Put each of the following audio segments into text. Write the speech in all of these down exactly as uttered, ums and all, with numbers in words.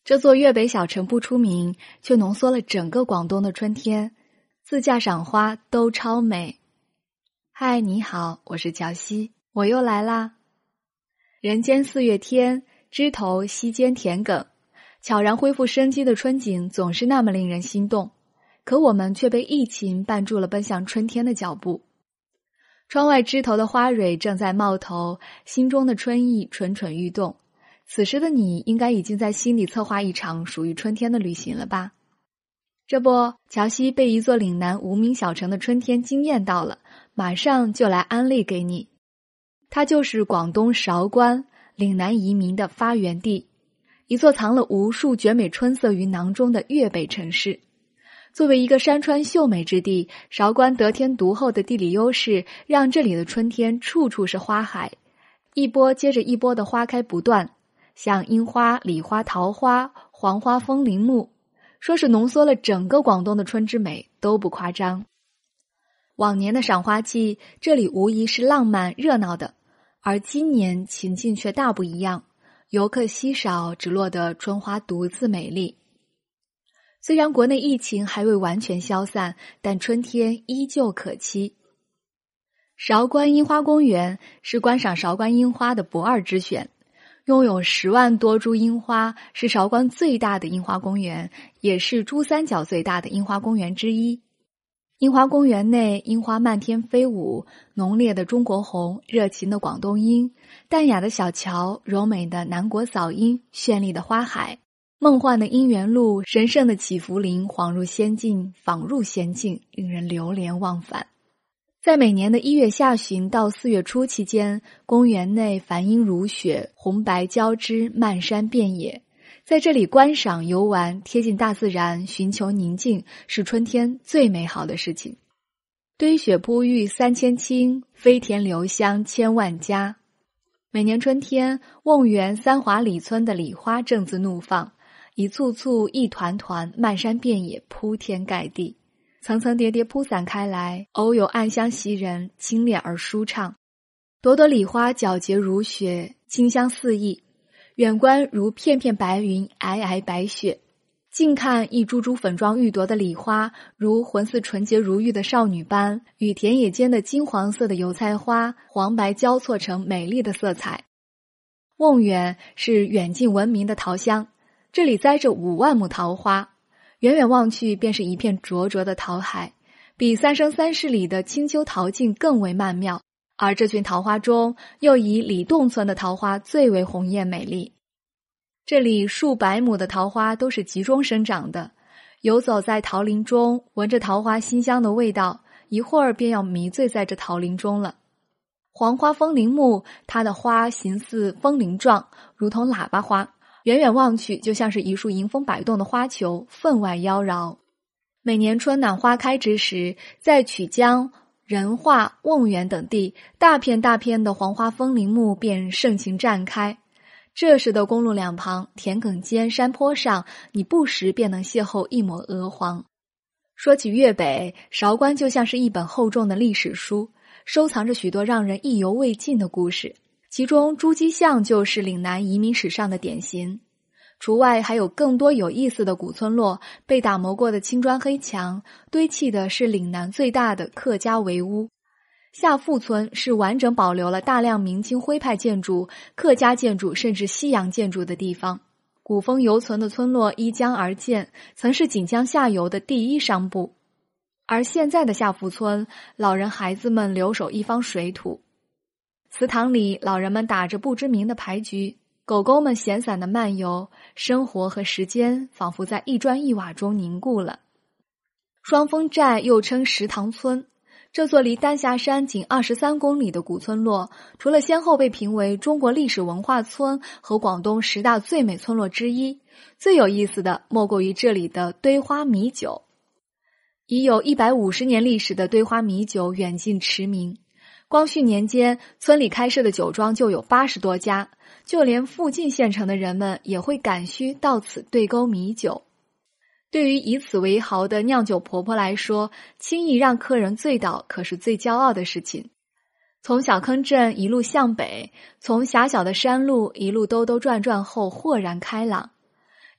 这座粤北小城不出名，却浓缩了整个广东的春天，自驾赏花都超美。嗨，你好，我是乔西，我又来啦。人间四月天，枝头溪间田埂，悄然恢复生机的春景总是那么令人心动，可我们却被疫情绊住了奔向春天的脚步。窗外枝头的花蕊正在冒头，心中的春意蠢蠢欲动。此时的你应该已经在心里策划一场属于春天的旅行了吧？这不，乔西被一座岭南无名小城的春天惊艳到了，马上就来安利给你。它就是广东韶关，岭南移民的发源地，一座藏了无数绝美春色于囊中的粤北城市。作为一个山川秀美之地，韶关得天独厚的地理优势让这里的春天处处是花海，一波接着一波的花开不断，像樱花、李花、桃花、黄花、枫林木，说是浓缩了整个广东的春之美都不夸张。往年的赏花季，这里无疑是浪漫热闹的，而今年情境却大不一样，游客稀少，只落得春花独自美丽。虽然国内疫情还未完全消散，但春天依旧可期。韶关樱花公园是观赏韶关樱花的不二之选，拥有十万多株樱花，是韶关最大的樱花公园，也是珠三角最大的樱花公园之一。樱花公园内樱花漫天飞舞，浓烈的中国红，热情的广东樱，淡雅的小桥，柔美的南国早樱，绚丽的花海，梦幻的姻缘路，神圣的祈福林，恍入仙境，仿入仙境，令人流连忘返。在每年的一月下旬到四月初期间，公园内繁樱如雪，红白交织，漫山遍野。在这里观赏游玩，贴近大自然，寻求宁静，是春天最美好的事情。堆雪铺玉三千顷，飞田留香千万家。每年春天，瓮园三华里村的李花正自怒放，一簇簇一团团，漫山遍野，铺天盖地，层层叠叠铺散开来，偶有暗香袭人，清冽而舒畅。朵朵李花皎洁如雪，清香四溢，远观如片片白云，皑皑白雪，近看一株株粉妆玉夺的李花，如浑似纯洁如玉的少女般，与田野间的金黄色的油菜花黄白交错成美丽的色彩。瓮园是远近闻名的桃乡，这里栽着五万亩桃花，远远望去便是一片灼灼的桃海，比三生三世里的青丘桃径更为曼妙。而这群桃花中，又以李洞村的桃花最为红艳美丽。这里数百亩的桃花都是集中生长的，游走在桃林中，闻着桃花馨香的味道，一会儿便要迷醉在这桃林中了。黄花枫林木，它的花形似风铃状，如同喇叭花，远远望去就像是一束迎风摆动的花球，分外妖娆。每年春暖花开之时，在曲江、仁化、瓮园等地，大片大片的黄花枫林木便盛情绽开。这时的公路两旁、田埂间、山坡上，你不时便能邂逅一抹鹅黄。说起粤北，韶关就像是一本厚重的历史书，收藏着许多让人意犹未尽的故事，其中珠玑巷就是岭南移民史上的典型。除外还有更多有意思的古村落，被打磨过的青砖黑墙，堆砌的是岭南最大的客家围屋。下富村是完整保留了大量明清徽派建筑、客家建筑甚至西洋建筑的地方。古风犹存的村落依江而建，曾是锦江下游的第一商埠。而现在的下富村，老人孩子们留守一方水土。祠堂里，老人们打着不知名的牌局，狗狗们闲散的漫游，生活和时间仿佛在一砖一瓦中凝固了。双峰寨又称石塘村，这座离丹霞山仅二十三公里的古村落，除了先后被评为中国历史文化村和广东十大最美村落之一，最有意思的莫过于这里的堆花米酒。已有一百五十年历史的堆花米酒远近驰名，光绪年间村里开设的酒庄就有八十多家，就连附近县城的人们也会赶需到此对沟米酒。对于以此为豪的酿酒婆婆来说，轻易让客人醉倒可是最骄傲的事情。从小坑镇一路向北，从狭小的山路一路兜兜转转后豁然开朗。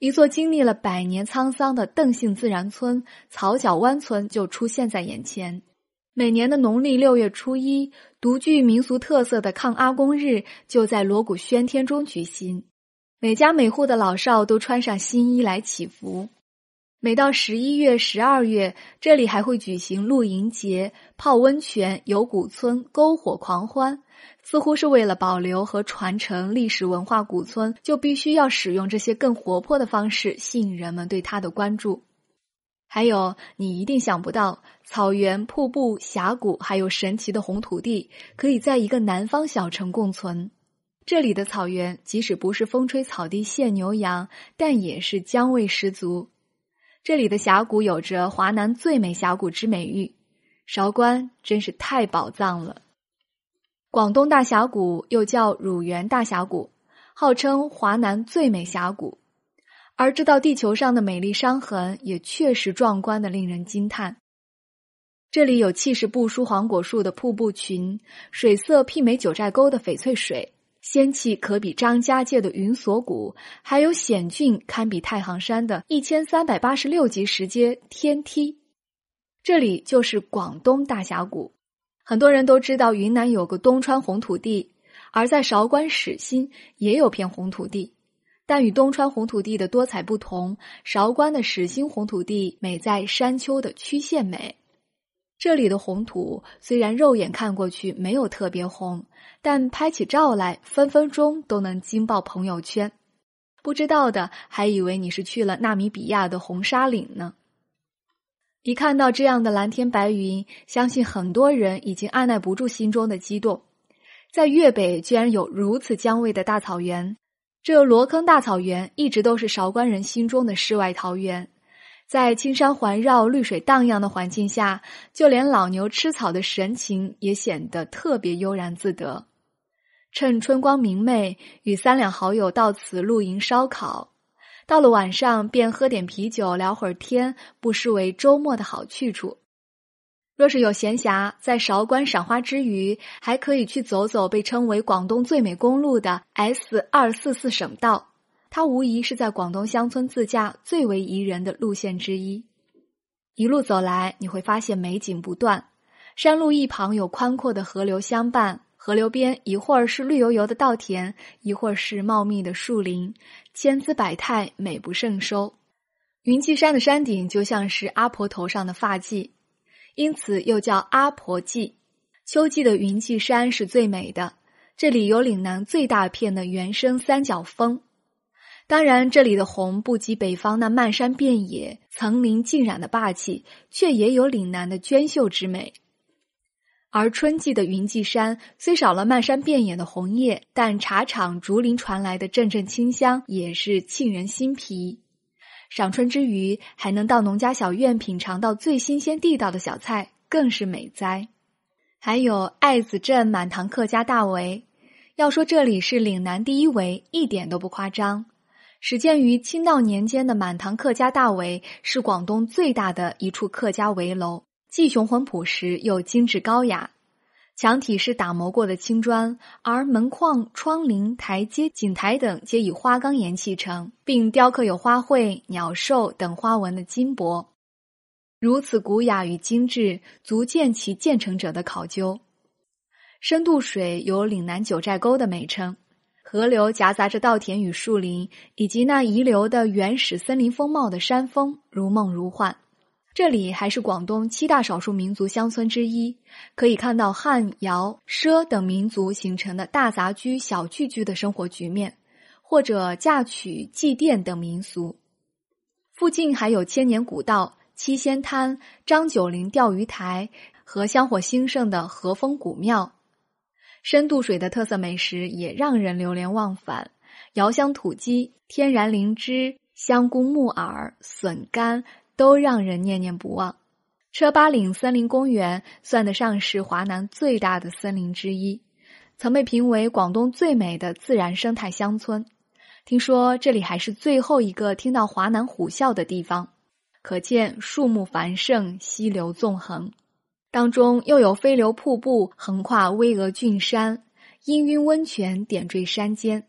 一座经历了百年沧桑的邓姓自然村草脚湾村就出现在眼前。每年的农历六月初一，独具民俗特色的抗阿公日就在锣鼓喧天中举行，每家每户的老少都穿上新衣来祈福。每到十一月、十二月，这里还会举行露营节、泡温泉、游古村、篝火狂欢，似乎是为了保留和传承历史文化古村，就必须要使用这些更活泼的方式吸引人们对它的关注。还有，你一定想不到，草原、瀑布、峡谷，还有神奇的红土地，可以在一个南方小城共存。这里的草原，即使不是风吹草低见牛羊，但也是姜味十足。这里的峡谷有着华南最美峡谷之美誉，韶关真是太宝藏了。广东大峡谷又叫乳源大峡谷，号称华南最美峡谷。而这道地球上的美丽伤痕也确实壮观的令人惊叹。这里有气势不输黄果树的瀑布群，水色媲美九寨沟的翡翠水，仙气可比张家界的云锁谷，还有险峻堪比太行山的一千三百八十六级石阶天梯。这里就是广东大峡谷。很多人都知道云南有个东川红土地，而在韶关始兴也有片红土地。但与东川红土地的多彩不同，韶关的始兴红土地美在山丘的曲线美。这里的红土虽然肉眼看过去没有特别红，但拍起照来分分钟都能惊爆朋友圈。不知道的还以为你是去了纳米比亚的红沙岭呢。一看到这样的蓝天白云，相信很多人已经按耐不住心中的激动。在粤北居然有如此姜味的大草原，这罗坑大草原一直都是韶关人心中的世外桃源。在青山环绕、绿水荡漾的环境下，就连老牛吃草的神情也显得特别悠然自得。趁春光明媚，与三两好友到此露营烧烤，到了晚上便喝点啤酒聊会儿天，不失为周末的好去处。若是有闲暇，在韶关赏花之余，还可以去走走被称为广东最美公路的 S 二四四 省道，它无疑是在广东乡村自驾最为宜人的路线之一。一路走来，你会发现美景不断，山路一旁有宽阔的河流相伴，河流边一会儿是绿油油的稻田，一会儿是茂密的树林，千姿百态，美不胜收。云际山的山顶就像是阿婆头上的发髻，因此又叫阿婆髻。秋季的云际山是最美的，这里有岭南最大片的原生三角峰。当然，这里的红不及北方那漫山遍野、层林尽染的霸气，却也有岭南的娟秀之美。而春季的云际山虽少了漫山遍野的红叶，但茶厂竹林传来的阵阵清香也是沁人心脾。赏春之余，还能到农家小院品尝到最新鲜地道的小菜，更是美哉。还有爱子镇满堂客家大围，要说这里是岭南第一围，一点都不夸张。始建于清道年间的满堂客家大围是广东最大的一处客家围楼，既雄浑朴实又精致高雅。墙体是打磨过的青砖，而门框、窗棂、台阶、井台等皆以花岗岩砌成，并雕刻有花卉、鸟兽等花纹的金箔。如此古雅与精致，足见其建成者的考究。深度水有岭南九寨沟的美称，河流夹杂着稻田与树林，以及那遗留的原始森林风貌的山峰，如梦如幻。这里还是广东七大少数民族乡村之一，可以看到汉、瑶、畲等民族形成的大杂居、小聚居的生活局面，或者嫁娶、祭奠等民俗。附近还有千年古道、七仙滩、张九龄钓鱼台和香火兴盛的和风古庙。深度水的特色美食也让人流连忘返，瑶香土鸡、天然灵芝、香菇木耳、笋干都让人念念不忘。车巴岭森林公园算得上是华南最大的森林之一，曾被评为广东最美的自然生态乡村。听说这里还是最后一个听到华南虎啸的地方，可见树木繁盛，溪流纵横。当中又有飞流瀑布横跨巍峨峻山，氤氲温泉点缀山间，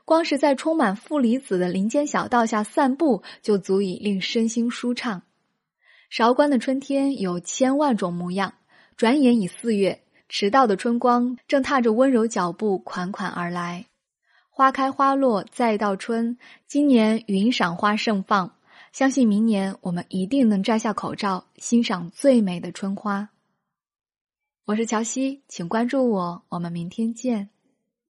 光是在充满负离子的林间小道下散步，就足以令身心舒畅。韶关的春天有千万种模样，转眼已四月，迟到的春光正踏着温柔脚步款款而来。花开花落再到春，今年云赏花盛放，相信明年我们一定能摘下口罩，欣赏最美的春花。我是乔西，请关注我，我们明天见。